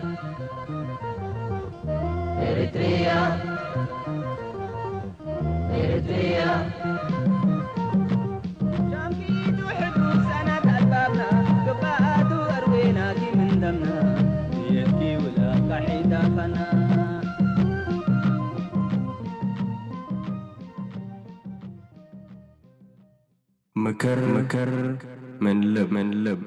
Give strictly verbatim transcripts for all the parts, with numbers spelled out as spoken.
إريتريا إريتريا جامكيد وحدو سنة ألبابنا قبعات وأروينا كي من دمنا يبكي ولا قحيدا فنا مكر مكر من لب من لب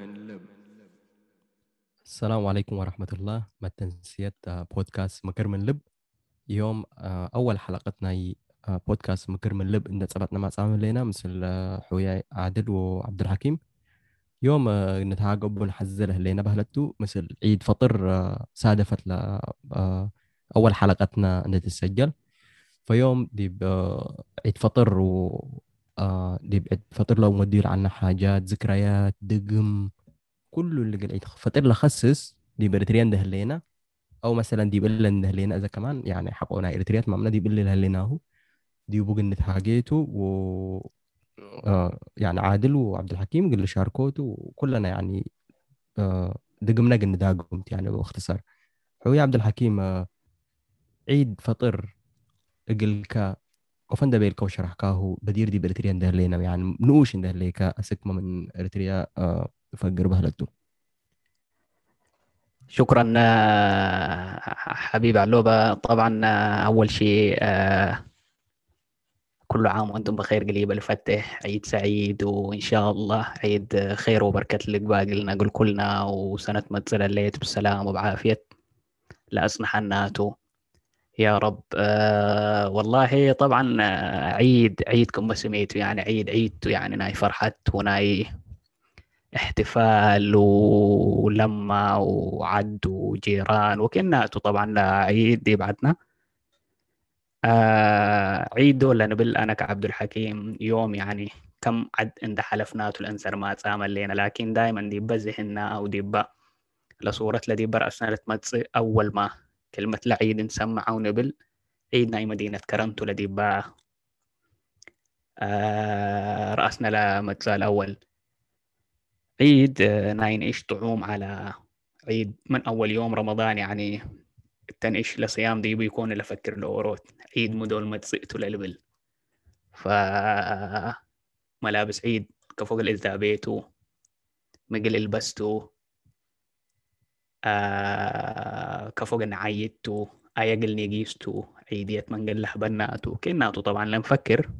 السلام عليكم ورحمة الله. ما تنسيت بودكاست مكر من لب. يوم أول حلقتنا هي بودكاست مكر من لب إن ثبتنا مع سامي لنا مثل حويا عادل وعبد الحكيم. يوم نتعاقب ونحزله لنا بهلتو مثل عيد فطر سادفت ل أول حلقتنا أن تتسجل. فيوم دي عيد فطر و دي عيد فطر لو مدير عنا حاجات ذكريات دقم كله اللي قال عيد فطر لخصص دي بريتريان ده لينا او مثلا دي بلن ده لينا اذا كمان يعني حقونا اريتريات مامنا دي بلن هليناه دي بوق نتحاجيته و آه يعني عادل وعبد الحكيم قال شاركوته وكلنا يعني آه دقمنا قلنا داقمت يعني باختصار. حوي عبد الحكيم آه عيد فطر قلك وفن دبيلك وشرح كاهو بدير دي بريتريان ده لينا يعني نوش ده ليك اسكما من اريتريا آه فقر بهلتو. شكرا آه، حبيبي علوبة. طبعا آه، أول شيء آه، كل عام وأنتم بخير. قريب الفتح عيد سعيد وإن شاء الله عيد خير وبركة اللي باقي لنا قل كلنا وسنة ما تزل الليت بالسلام وبعافية لأصلح الناتو يا رب. آه والله طبعا آه، عيد عيدكم ما سميتوا يعني عيد عيد يعني ناي فرحت وناي احتفال ولما وعد وجيران وكناتو طبعا لا عيد دي بعدنا آه عيد ولا نبل أنا كعبد الحكيم يوم يعني كم عد عند حلفناتو الأنسر ما تعمل لنا لكن دائما دي بزهنا أو دي با لصورة لدي برأسنا لتمتصي أول ما كلمة لعيد نسمع أو نبل عيد ناي مدينة كرنتو لدي با آه رأسنا لمتزا الأول عيد آه، ناين إيش طعوم على عيد من أول يوم رمضان يعني التنإيش لصيام دي بيكون اللي أفكر له أوروت عيد مدول ما تسقتوا للبل ف ملابس عيد كفوق الإزداء بيتو مقل البستو آه كفوق نعيدتو أيقل نيجيستو عيدية من قل بناتو كناتو طبعا لنفكر.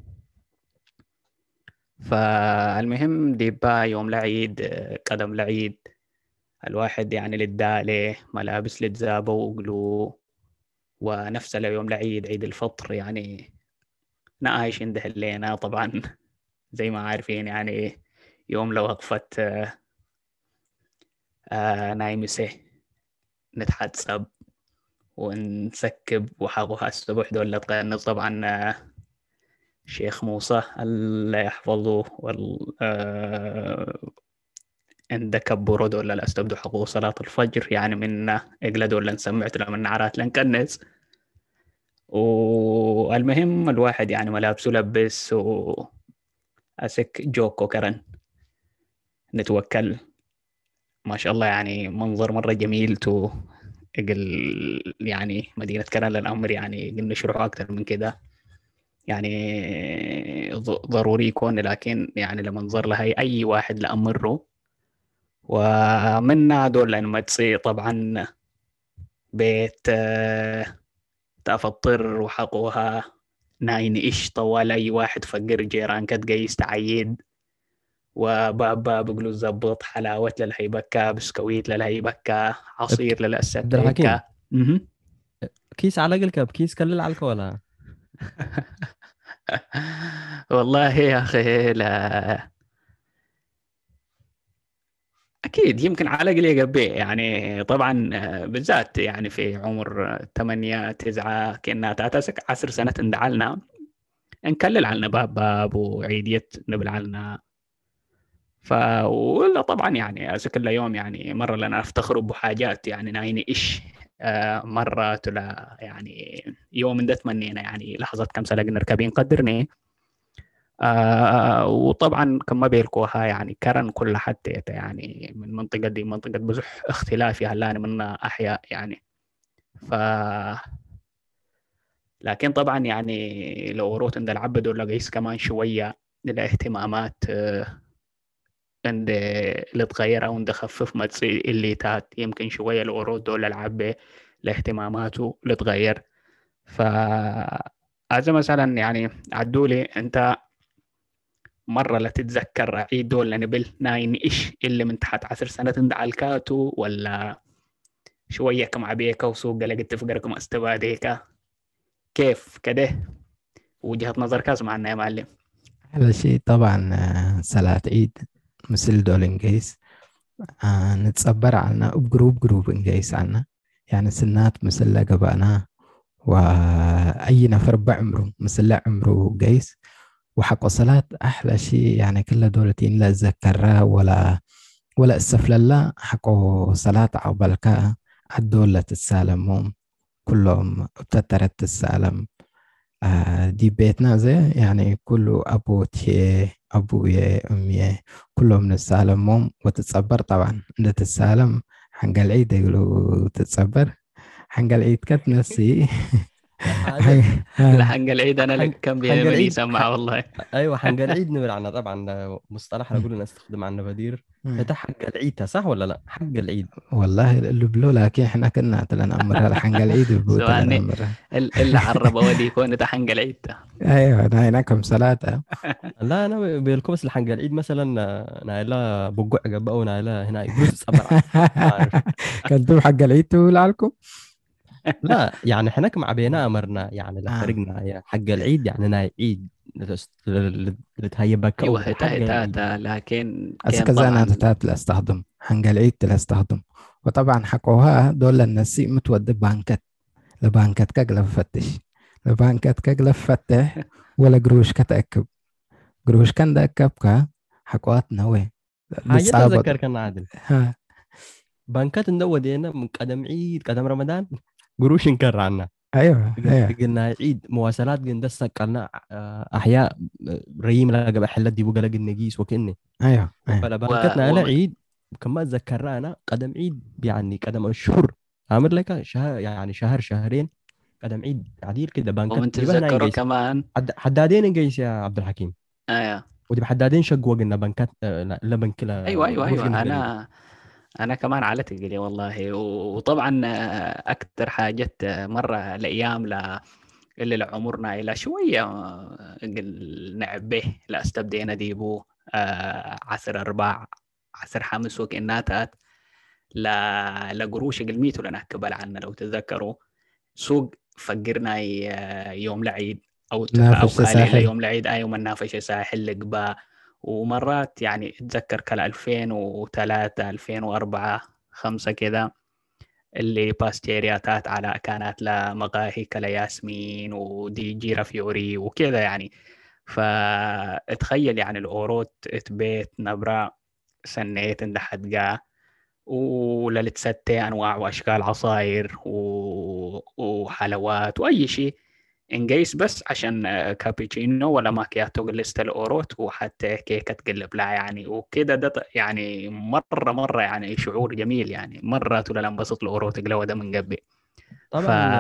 فالمهم ديبا يوم العيد آه، قدم العيد الواحد يعني للدالة ملابس لتزابه وقلو ونفس اليوم العيد عيد الفطر يعني نعايش عنده اللينا طبعا زي ما عارفين يعني يوم لو وقفت آه آه نايمسه نتحسب ونسكب وحقها السبح دول تقنص طبعا آه شيخ موسى الله يحفظه وال آه عندك برود ولا لا استبدو حقوق صلاة الفجر يعني من اقلد ولا سمعت له من نعرات لنكنس. والمهم الواحد يعني ملابسه لبس وأسك جوكو كرن نتوكل ما شاء الله يعني منظر مرة جميل تو اقل يعني مدينة كرن للأمر يعني قلنا شروحه أكثر من كده يعني ضروري يكون لكن يعني لمنظر لها أي واحد لأمره ومنها دول لأنه تصير طبعا بيت تفطر وحقوها ناين إيش طوال أي واحد فقر جيران كد جايز تعيد وباب باب بقولوا زبط حلاوة للهيبكة بسكويت للهيبكة عصير عبد الحكيم للأساتيكة كيس على قلك بكيس كلل على ولا والله يا أخي لا أكيد يمكن على قلي قبي يعني طبعا بالذات يعني في عمر ثمانية تسعة كنا تاتسك عشر سنة اندعلنا نكلل على باب باب وعيدية نبل علنا ف ولا طبعا يعني كل يوم يعني مرة لنا أفتخر بحاجات يعني نايني إيش آه مرة تلا يعني يوم ده تمنينا يعني لحظة كم سنة نركبين قدرني آه وطبعا كما بيلكوها يعني كرن كل حتى يعني من منطقة دي منطقة بزح اختلافي هلاني من أحياء يعني. ف لكن طبعا يعني لو روت عند العبد ولا قيس كمان شوية الاهتمامات آه، عند اللي تغير أو عند خفف ما تصير اللي تات يمكن شوية لو روت دول العبة لاهتماماته اللي تغير. ف هذا مثلا يعني عدولي أنت مرة لا تتذكر عيد ولا نبل ناين إيش اللي من تحت عشر سنة عند الكاتو ولا شوية كم عبيكة وسوق لقيت تفقركم استباديكا كيف كده وجهة نظر كاس معنا يا معلم. هذا شيء طبعا آه، صلاة عيد مثل دول إنجيز آه، نتصبر عنا بجروب جروب إنجيز عنا يعني سنات مثل لقبانا وأي نفر بعمره مثل عمره جيس وحق صلاة أحلى شيء يعني كل دولتين لا أتذكرها ولا ولا السفلة لا حقو صلاة عقبالك الدولة تتسالمهم كلهم تترت السالم آه دي بيتنا زي يعني كله أبو تيه أبويا أمي كلهم نتسالمهم وتتصبر طبعا عند تتسالم حق العيد يقولوا تتصبر حق العيد كتنسي هذا لحق العيد أنا حنق لك كم حنق بيمني العيد يسمع ح... والله. ايوه حنق العيد نقول عنه طبعا ده مصطلح نقول نستخدم عنه بدير. ده حق العيد صح ولا لا؟ حق العيد. والله اللي بلو لكن احنا كنا تلنا أمرها حق العيد ببوت لنا سؤالني أمرها إلا عرب ودي يكون ده حق العيد ده. أيوة أنا هناكم صلاة لا انا بالكوبس اللي حق العيد مثلا آه، نايلا بقع قبا ونايلا هنا يقول صبر عنه. ما عارف. كنتم حق العيد تقول لكم لا يعني احنا مع بينا امرنا يعني آه. لفرقنا يا حق العيد يعني انا عيد لتهيبك أيوة او حق هتا العيد. هتا لكن كان أسكازا أنا طبعا تتات لاستخدم حق العيد تلاستخدم وطبعا حقوها دول النسي متودي بانكت لبانكت كقلب فتش لبانكت كقلب فتح ولا قروش كتأكب قروش كان ده كبكة حقوات نوي حاجة للصابد تذكر كان عادل ها بنكات ندو دينا من قدم عيد قدم رمضان قروش نكر عنا. أيوة أيوة قلنا عيد مواصلات قندسك قلنا آه، احياء آه، ريم لا قبل حلت دي بقى لقى النقيس وكني أيوة أيوة فلا و... بنكتنا على ومن عيد كما تذكرنا قدم عيد يعني قدم الشهر عامر لك شهر يعني شهر شهرين قدم عيد عديل كده بنكت ومن دي بقى هنا تتذكروا نقيس كمان. حد- حدادين نقيس يا عبد الحكيم أيوة ودي بحدادين شقوا قلنا بنكت آه، لا لا بنك أيوة لا أيوة قروش قلنا أيوة قليل. أنا أنا كمان على تقلي والله. وطبعا آه، أكتر حاجة آه، مرة الأيام لا اللي لعمرنا إلى شوية آه، قل نعب به لا استبدينا ديبو آه، عصر أرباع عصر حمس وكإناتات لا لا قروش قلميتو لنا قبل عنا لو تتذكروا سوق فقرنا ي- يوم العيد أو ت- أو نافش كالي ساحل يوم العيد أيوم النافشة ساحل لقباء. ومرات يعني أتذكر كلا ألفين وثلاثة ألفين وأربعة خمسة كذا اللي باستيرياتات على كانت لا مقاهي كلا ياسمين ودي جيرا فيوري وكذا يعني. فاتخيل يعني الأوروت بيت نبرة سنيت عند حدقة وللتستة أنواع وأشكال عصاير و... وحلوات وأي شيء انقيس بس عشان آه، كابتشينو ولا ماكياتو قلست الأوروت وحتى كيكة تقلب لا يعني وكده ده ط- يعني مرة مرة يعني شعور جميل يعني مرة تقول انبسط الأوروت قلوة ده من قبل. ف طبعا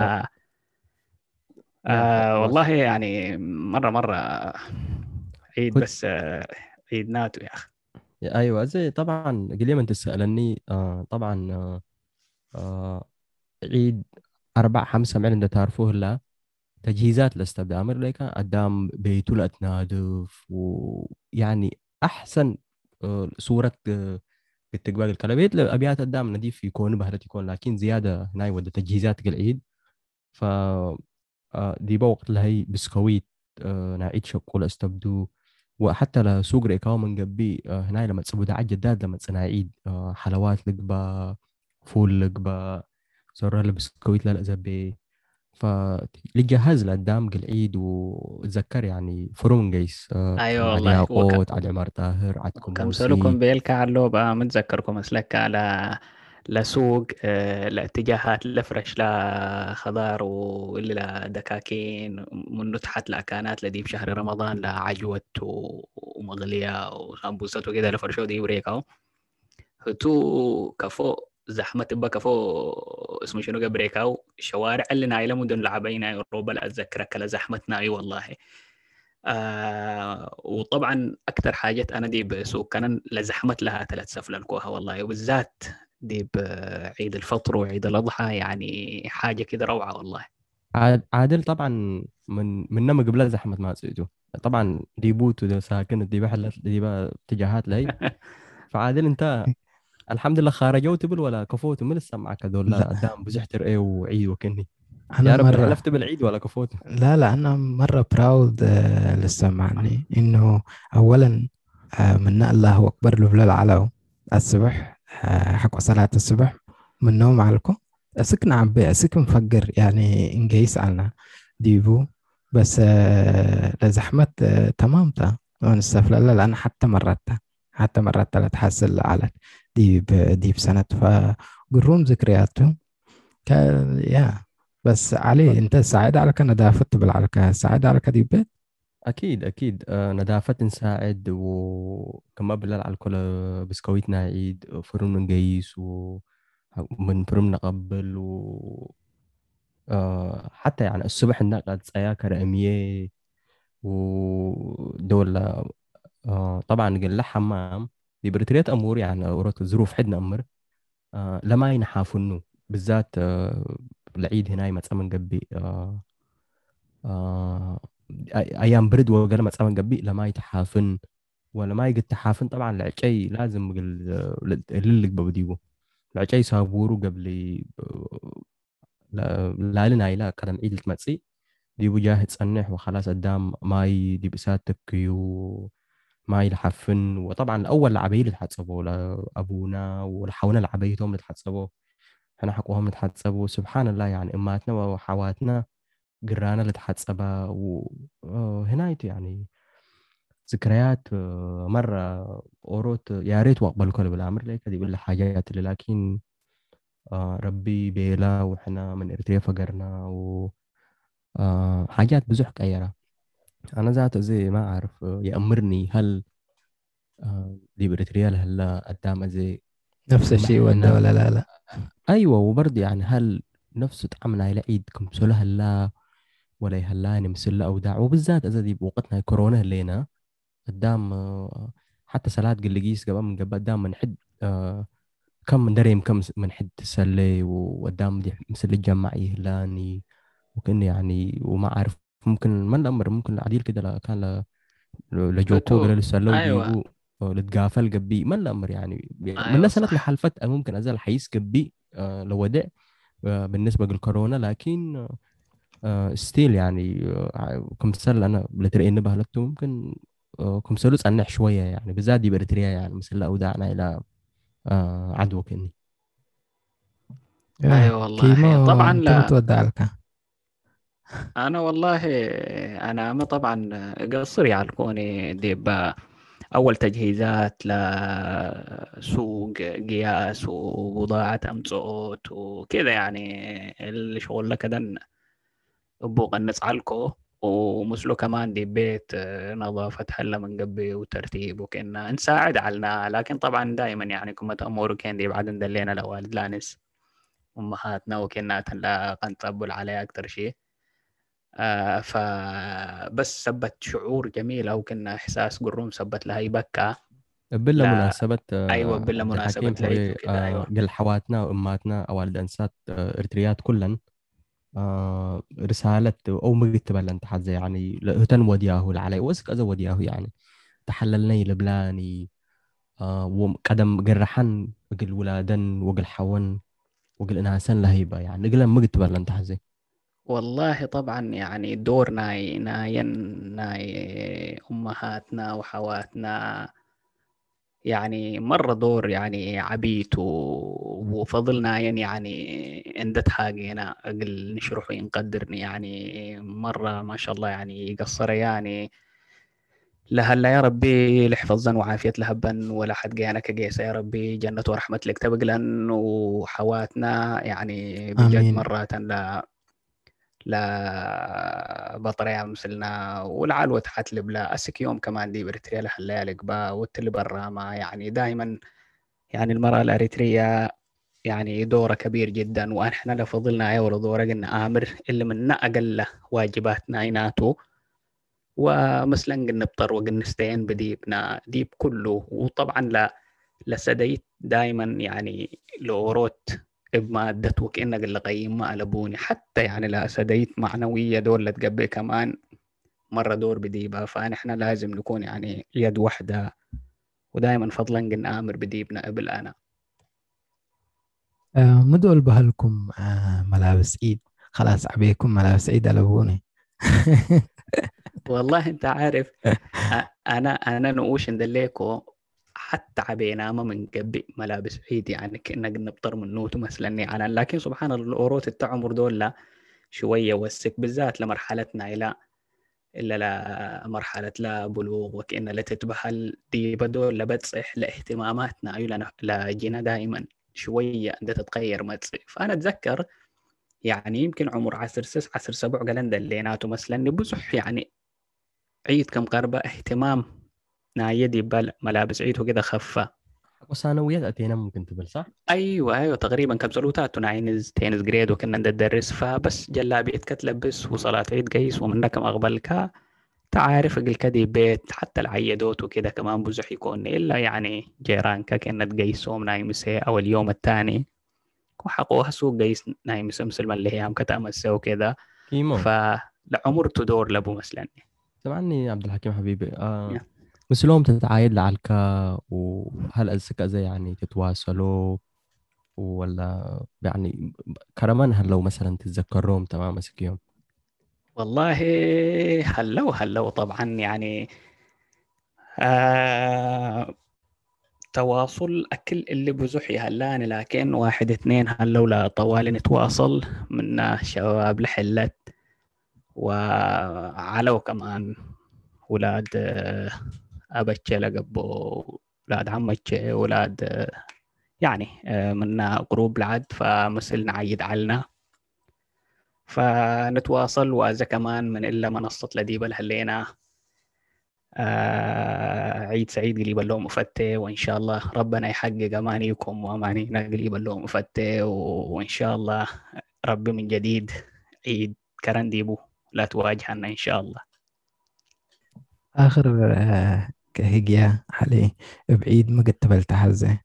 يا ح- آه مواس- والله يعني مرة مرة عيد كنت بس آه عيد ناتو يا أخي. ايوه زي طبعا قليل ما تسالني آه طبعا آه آه عيد أربع خمسة معلن ده تعرفوه لا تجهيزات لاستبدال أمريكا قدام بيتو الأتنادف ويعني أحسن آه، صورة آه، استقبال الكلابيت الأبيات قدام نظيف يكون بهرة يكون لكن زيادة هناي ودى تجهيزات العيد ف آه، دي بوقت لهي بسكويت آه، نعيد شقول استبدو وحتى لسوق ريكاو من قبي آه، هناي لما تسبو دعا جداد لما تسنا عيد آه، حلوات لقبة فول لقبة زر البسكويت لا زبي فلجهز لقدام العيد وتذكر يعني فروم قيس آه، أيوة كان علي والله وك... ياقوت علي عمر طاهر عدكم وكم سألكم موسي بيلك على اللعبة متذكركم أسلك على لا سوق، آه، لا اتجاهات، لا فرش، لا خضار واللي لا دكاكين، منه تحت لا كانات لدي بشهر رمضان، لا عجوة و- ومغلية وسمبوسات وكده لفرشو دي بريكاو. هتو كفو زحمة تبقى كفو اسمه شنو قبريكاو الشوارع اللي نايلة مدن لعبينا روبا لا أتذكرك لا زحمتنا أي والله. آه وطبعا أكثر حاجة أنا دي بسوق كان لزحمت لها ثلاث سفلة الكوها والله، وبالذات دي بعيد الفطر وعيد الأضحى يعني حاجة كده روعة والله. عاد- عادل طبعا من من نما قبل زحمة ما سيدو طبعا دي بوتو ده ساكن دي بحل دي بقى اتجاهات لي. فعادل انت الحمد لله خارجوا تبل ولا كفوت من لسه معك هذول لا قدام بزحتر ايه وعيد وكني. أنا يا رب مرة، حلفت بالعيد ولا كفوت. لا لا أنا مرة براود لسه معني إنه أولا آه، من الله أكبر له العلو الصبح، آه، حق صلاة الصبح من نوم علىكم أسكن عبي أسكن مفجر يعني إنجيس على ديبو. بس آه، لزحمة آه، تمام تا ونستفلا لا لا أنا حتى مرات حتى مرات لا تحصل على دي ب- دي بسنة فقروم ذكرياته كان يا. بس علي انت ساعد على كندا فتبل على كا ساعد على كدي بيت. اكيد اكيد آه، نظافة نساعد وكما بالله على كل بسكويتنا عيد فرن نقيس ومن فرن نقبل و آه، حتى يعني الصبح نقعد سياكر أمية ودول آه، طبعا قال حمام دي بريتريات أمور يعني أورات الظروف حدنا أمر آه، لما ينحافنوا بالذات آه، العيد هنا متأمن قبي آه، آه، أي- أيام برد وقال متأمن قبي لما يتحافن ولا ما يقد تحافن طبعا العشي لازم قل اللي بوديبو العشي سابورو قبل لا لا لنا لا قدم عيد التمسي دي وجاه تصنح وخلاص قدام ماي دي بسات تبكي وماي الحفن. وطبعا الأول العبايل اللي تحتسبوا لأبونا والحونا العبايتهم اللي تحتسبوا احنا حقوهم اللي تحتسبوا سبحان الله يعني أماتنا وحواتنا قرانا اللي تحتسبها وهنايت يعني ذكريات آه، مرة أوروت يا ريت وأقبل كل بالأمر ليك دي كل حاجات اللي لكن آه، ربي بيلا وإحنا من إرتريا فقرنا و آه، حاجات بزحك أيرا أنا ذات زي ما أعرف آه، يأمرني هل آه، دي بريتريال هلا قدام زي نفس الشيء وده محنا. ولا لا لا. أيوة وبرضه يعني هل نفسه تعمل إلى عيد كمسولة هلا ولا هلا نمسل أوداع وبالذات إذا دي بوقتنا كورونا هلينا قدام آه، حتى صلاة قلقيس قبل من قبل قدام من حد آه، كم من دريم كم من حد تسلي وقدام دي مثل الجمعي هلاني وكأني يعني وما أعرف ممكن من الأمر ممكن العديل كده لا كان ل- لجوكو هتو قال لسه لو أيوة ديبو لتقافل قبي من الأمر يعني من أيوة نسلت صح. لحلفت ممكن أزال حيس قبي آه، لودع آه، بالنسبة للكورونا لكن آه، ستيل يعني آه، كمثال أنا بلتري إنه بهلته ممكن آه، كمثالوس أنح شوية يعني بالذات دي بريتريا يعني مثل أودعنا إلى آه، عدو كني. يا أيوة والله كيمو طبعا. انت لا متودع لك. أنا والله أنا ما طبعا قصري على كوني دي ب- أول تجهيزات لسوق قياس وبضاعة أمزوت وكذا يعني الشغل كده بوق الناس عالكو. ومثله كمان دي بيت آه، نظافة هلا من قبل وترتيب وكنا نساعد علنا، لكن طبعا دائما يعني كما تأمور كان دي بعد ندلينا لوالد لانس أمهاتنا وكنا لا قنطبل عليه أكتر شيء. آه فبس سبت شعور جميل أو كنا إحساس قروم سبت لها يبكى. بلا لا مناسبة أيوة آه، بلا عبد مناسبة الحكيم العيد حوي وكده آه، أيوة. قال حواتنا وأماتنا أوالد أنسات آه، إرتريات كلن آه، رسالة أو مكتبة لن تحزي يعني لهتن ودياهو العلي واسك أزا ودياهو يعني تحللني لبلاني آه، وقدم قرحن وقل ولادن وقل حون وقل إناسان لهيبة يعني قل مكتبة لن تحزي. والله طبعا يعني دور ناي ناين ناي أمهاتنا وحواتنا يعني مرة دور يعني عبيت و- وفضلنا يعني يعني عندت حاجينا أقل نشرح نقدرني يعني مرة ما شاء الله يعني قصر يعني لهلا يا ربي لحفظا وعافية لهبا ولا حد جانا كجيسة يا ربي جنة ورحمة لك تبقلن وحواتنا يعني بجد آمين. مرات لا لا بطريقة مثلنا والعالوة حتلب لا أسك يوم كمان دي بريتريا لهلا لك با والتلي برا ما يعني دائما يعني المرأة الأريترية يعني دوره كبير جدا واحنا لو فضلنا يورو دوره قلنا امر اللي من اقل واجباتنا يناتو ومثلا قلنا نبطر وقلنا نستعين بديبنا ديب كله وطبعا لا لسديت دائما يعني لوروت بمادة وكأنه قل قيم ما ألبوني حتى يعني لا سديت معنوية دور لا تقبل كمان مرة دور بديبها فنحن لازم نكون يعني يد واحدة ودائما فضلا قلنا آمر بديبنا قبل أنا آه مدول بهلكم آه ملابس عيد، خلاص عبيكم ملابس عيد ألبوني. والله انت عارف أ- انا انا نقوش ندليكو حتى عبينا ما من قبل ملابس عيد يعني كنا نبطر من نوتو مثلا يعني لكن سبحان الله الاوروت التعمر دول لا شويه وسك بالذات لمرحلتنا الى الا لا مرحله لا بلوغ وكأن لا تتبهل دي بدول لا بتصح لاهتماماتنا أيوة لا جينا دائما شويه انت تتغير ما تصير فانا اتذكر يعني يمكن عمر عشر سس عشر سبع قلن دليناتو مثلا نبزح يعني عيد كم قربة اهتمام نايدي بل ملابس عيد وكده خفة وثانويات اتينا ممكن تبل صح؟ ايوه ايوه تقريبا كبسولوتات ناينز تينز جريد وكنا ندرس فبس جلابية كتلبس وصلاة عيد قيس ومن كم اقبلك تعرف الكدي بيت حتى العيدوت وكده كمان بزح يكون الا يعني جيرانك كنا تقيسهم نايمسي او اليوم الثاني وحقوها سوق قيس نايمس مسلم اللي هي هم كتامسي وكده كيمو فالعمر تدور لابو مثلا سمعني يا عبد الحكيم حبيبي آه مثلهم تتعايد لعلك، وهل السكة زي يعني تتواصلوا ولا يعني كرمان هل لو مثلا تتذكرهم تمام مسك يوم؟ والله هلو هلو طبعا يعني آه تواصل أكل اللي بزحي هلاني لكن واحد اثنين هلو لا طوال نتواصل من شباب لحلت وعلو كمان ولاد آه، أبتشي لقبو ولاد عمتشي ولاد آه، يعني آه، منا قروب لعد فمثل نعيد علنا فنتواصل وإذا كمان من إلا منصة لديبة هلينا آه عيد سعيد قريبا لهم مفتي وإن شاء الله ربنا يحقق أمانيكم وأمانينا قريبا لهم مفتي وإن شاء الله ربي من جديد عيد كرنديبو لا تواجهنا إن شاء الله. آخر آه كهجية علي بعيد ما قد تبلت حزة.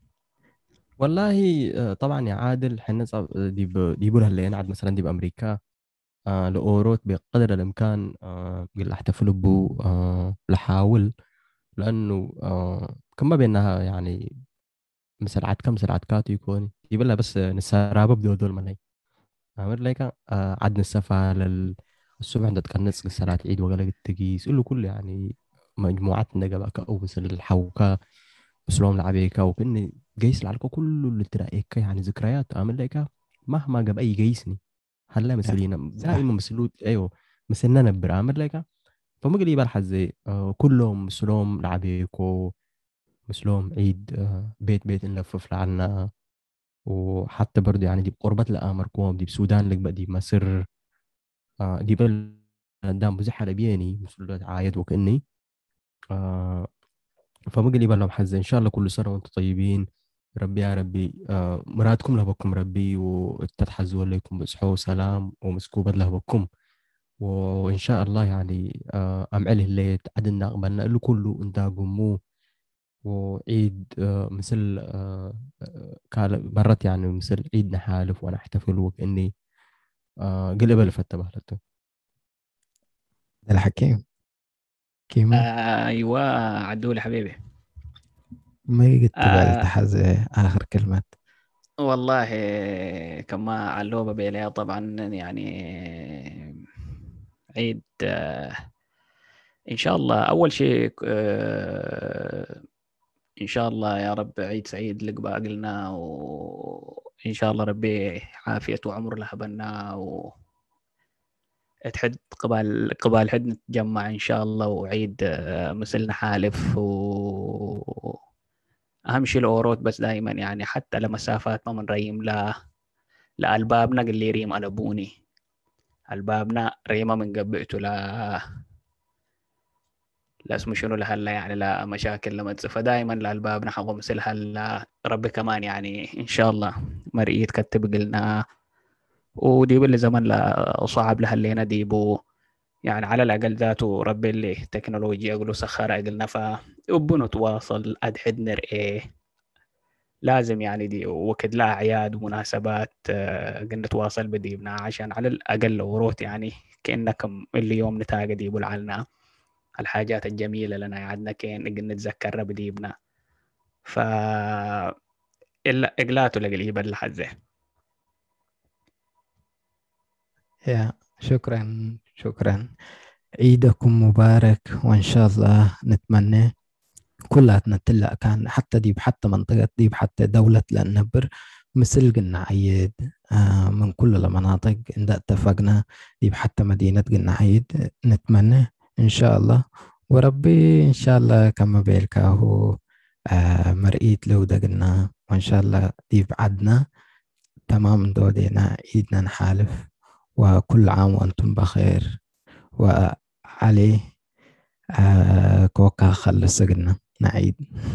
والله آه، طبعا يا عادل حنا صاب- دي ب... دي بره اللي ينعد مثلا دي بأمريكا آه لأوروت بقدر الإمكان آه قل أحتفل بو آه لحاول لأنه آه كما بينها يعني مسرعات كم مسرعات كاتو يكون يبلا بس نسارابة بدو دول ملاي عامر ليك آه عد نسافة لل الصبح عندك كان نسق صلاة عيد وقلق التقيس له كل يعني مجموعات نجا أو مثل الحوكة بسلوم لعبيكا وكني جيس العلكو كله اللي تلاقيك يعني ذكريات عامل ليك مهما جاب أي جيسني هلا مسلينا صح. دائما مسلوت أيوه مسلنا نبر عامل ليك فمقلي برحز زي آه كلهم مسلوم لعبيكو مسلوم عيد آه بيت بيت نلفف لعنا وحتى برضه يعني دي بقربة الآمر كوم دي بسودان لك بقى دي مصر آه دي بل دام بزح على بيني مسلوت عايد وكأني آه فمقلي بلهم حزة إن شاء الله كل سنة وأنتم طيبين. ربي يا ربي آه مرادكم لهبكم ربي وتتحزوا عليكم بصحوا سلام ومسكوبة لهبكم وإن شاء الله يعني آه أمعله اللي تعدنا قبلنا له كله انت قموه وعيد آه مثل آه آه، كان مرات يعني مثل عيد نحالف ونحتفل وكأني آه قلب الفتة بهلته. ده الحكيم كيمو آه أيوة عدول حبيبي. ما قد تبلت آه حزة آخر كلمة. والله كما علوبة بيليا طبعا يعني عيد آه إن شاء الله أول شيء آه إن شاء الله يا رب عيد سعيد لك باقلنا وإن شاء الله ربي عافية وعمر لها بنا تحد قبال قبال حد نتجمع إن شاء الله وعيد مثلنا حالف. و أهم شيء الأوروت بس دائما يعني حتى لمسافات ما منريم لا لألبابنا قل لي ريم أنا بوني ألبابنا ريمة من قبئته لا لا اسمه شنو لهلا يعني لا مشاكل لما تصفى دائما لألبابنا حقو مثل هلا ربي كمان يعني إن شاء الله مرئيت كتب قلنا وديب اللي زمن لا صعب لهاللينا ديبو يعني على الأقل ذاته ربي اللي تكنولوجيا يقولوا سخرة قلنا فأبو نتواصل أدحد نرئي لازم يعني دي وكد لا أعياد ومناسبات قلنا نتواصل بديبنا عشان على الأقل وروت يعني كأنكم اللي يوم نتاقى ديبو لعلنا الحاجات الجميلة لنا يعدنا كين قلنا نتذكرها بديبنا ف إلا إقلاته لقليبا لحظة. يا شكرا شكرا عيدكم مبارك وإن شاء الله نتمنى كلاتنا تلا كان حتى ديب حتى منطقة ديب حتى دولة لأنبر مثل قلنا عيد آه من كل المناطق إن اتفقنا ديب حتى مدينة قلنا عيد نتمنى إن شاء الله وربي إن شاء الله كما بيلكاهو آه مرئيت لو دقنا وإن شاء الله ديب عدنا تمام دودينا عيدنا نحالف وكل عام وأنتم بخير وعليه آه كوكا خلص قلنا نعيد.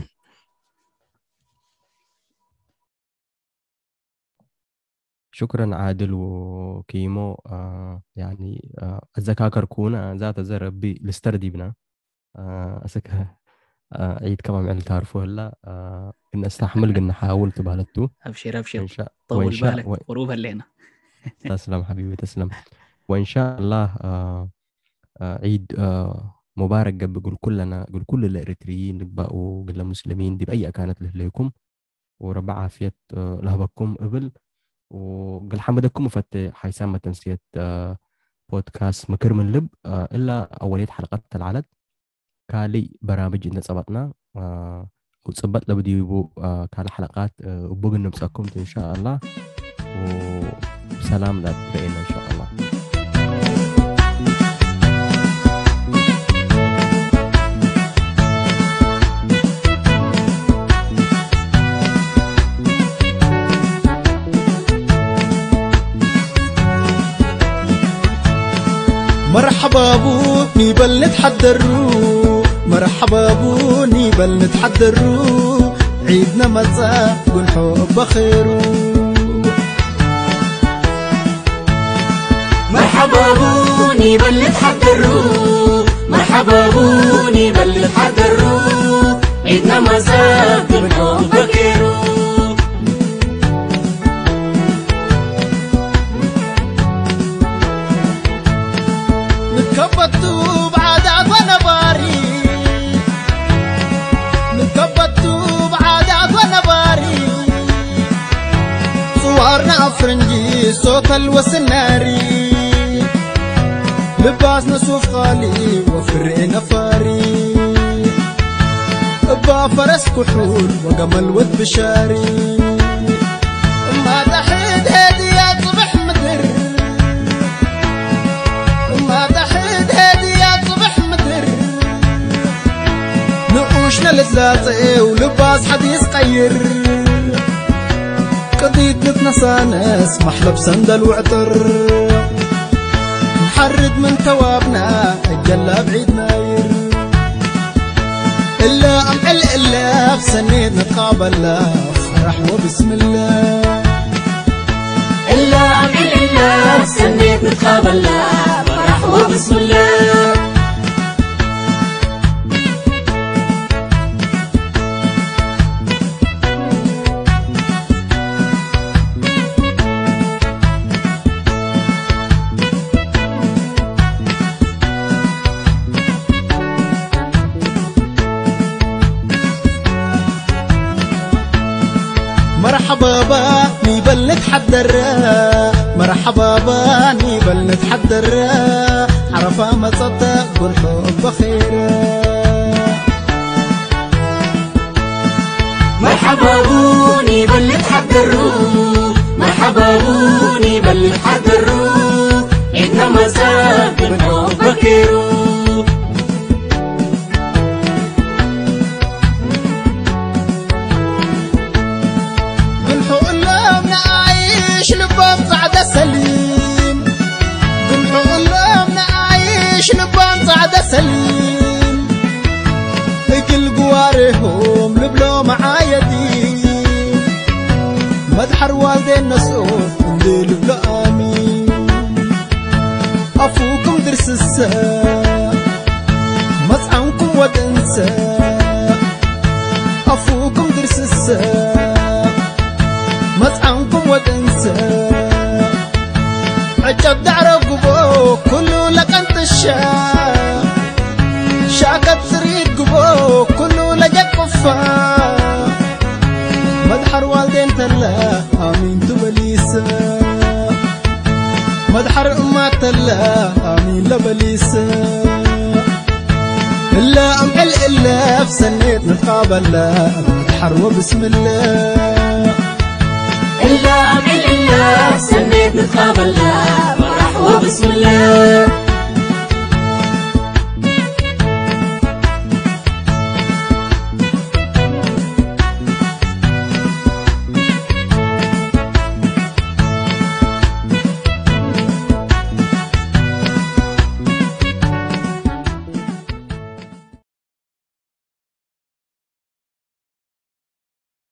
شكرا عادل وكيمو. آه يعني آه الزكاة كركونا ذات زي ربي لستردي بنا آه أسكها آه عيد كمان يعني تعرفوا هلا آه إن استحمل قلنا حاول تبالتو أبشر أبشر إن شاء طول بالك و... غروبها لنا. تسلم حبيبي تسلم. وإن شاء الله آه آه عيد آه مبارك بقول كلنا قول كل الإريتريين بقوا قل المسلمين دي بأي كانت لهليكم وربع عافية آه لهبكم قبل وقل حمدكم وفت حيسامة تنسية آه بودكاست مكر من لب آه إلا أولية حلقات العدد كالي برامج إن صبتنا آه وتصبت لبدي يبو آه كالي حلقات آه وبقى نمسكم إن شاء الله وسلام لا تبقينا إن شاء الله. مرحبا بوني بل نتحدروا مرحبا بوني بل نتحدروا عيدنا مساء ونحب خيرو. مرحبا بوني بل نتحدروا مرحبا بوني بل نتحدروا عيدنا مساء ونحب خيرو. نتكبتوا بعادات ونباري نتكبتوا بعادات ونباري صورنا فرنجي صوت الوسناري لباسنا صوف خالي وفرقنا فاري با فرس كحول وقمل ود بشاري ما تحيد هدية صبح مدر ما تحيد هدية صبح مدر نقوشنا لتلاطي ولباس حديث قير قضيت نتنسى ناس محلب صندل وعطر نحرد من توابنا الجلا بعيد ناير إلا أمعل إلا بسنيد نتقابل لا فرح وبسم الله إلا أمعل إلا بسنيد نتقابل لا فرح وبسم الله. مرحبا باني بل نتحدر مرحبا باني بل نتحدر عرفة ما تصدق والحب خير. مرحبا بوني بل نتحدروا مرحبا بوني بل نتحدروا عيدنا مساء والدين نسؤول نديلو لآمين أفوكم درس الساء مطعمكم ودنسى أفوكم درس الساء مطعمكم ودنسى عجب دعرقبو كله لك أنت الشاء شاكت سريد قبو كله لجك كفا مدحر والدين تلا آمين تبليسا مدحر أمات تلا آمين لبليسا إلا أمحل إلا في سنة نتقابل مدحر وبسم الله إلا أمحل إلا في سنة نتقابل مرح وبسم الله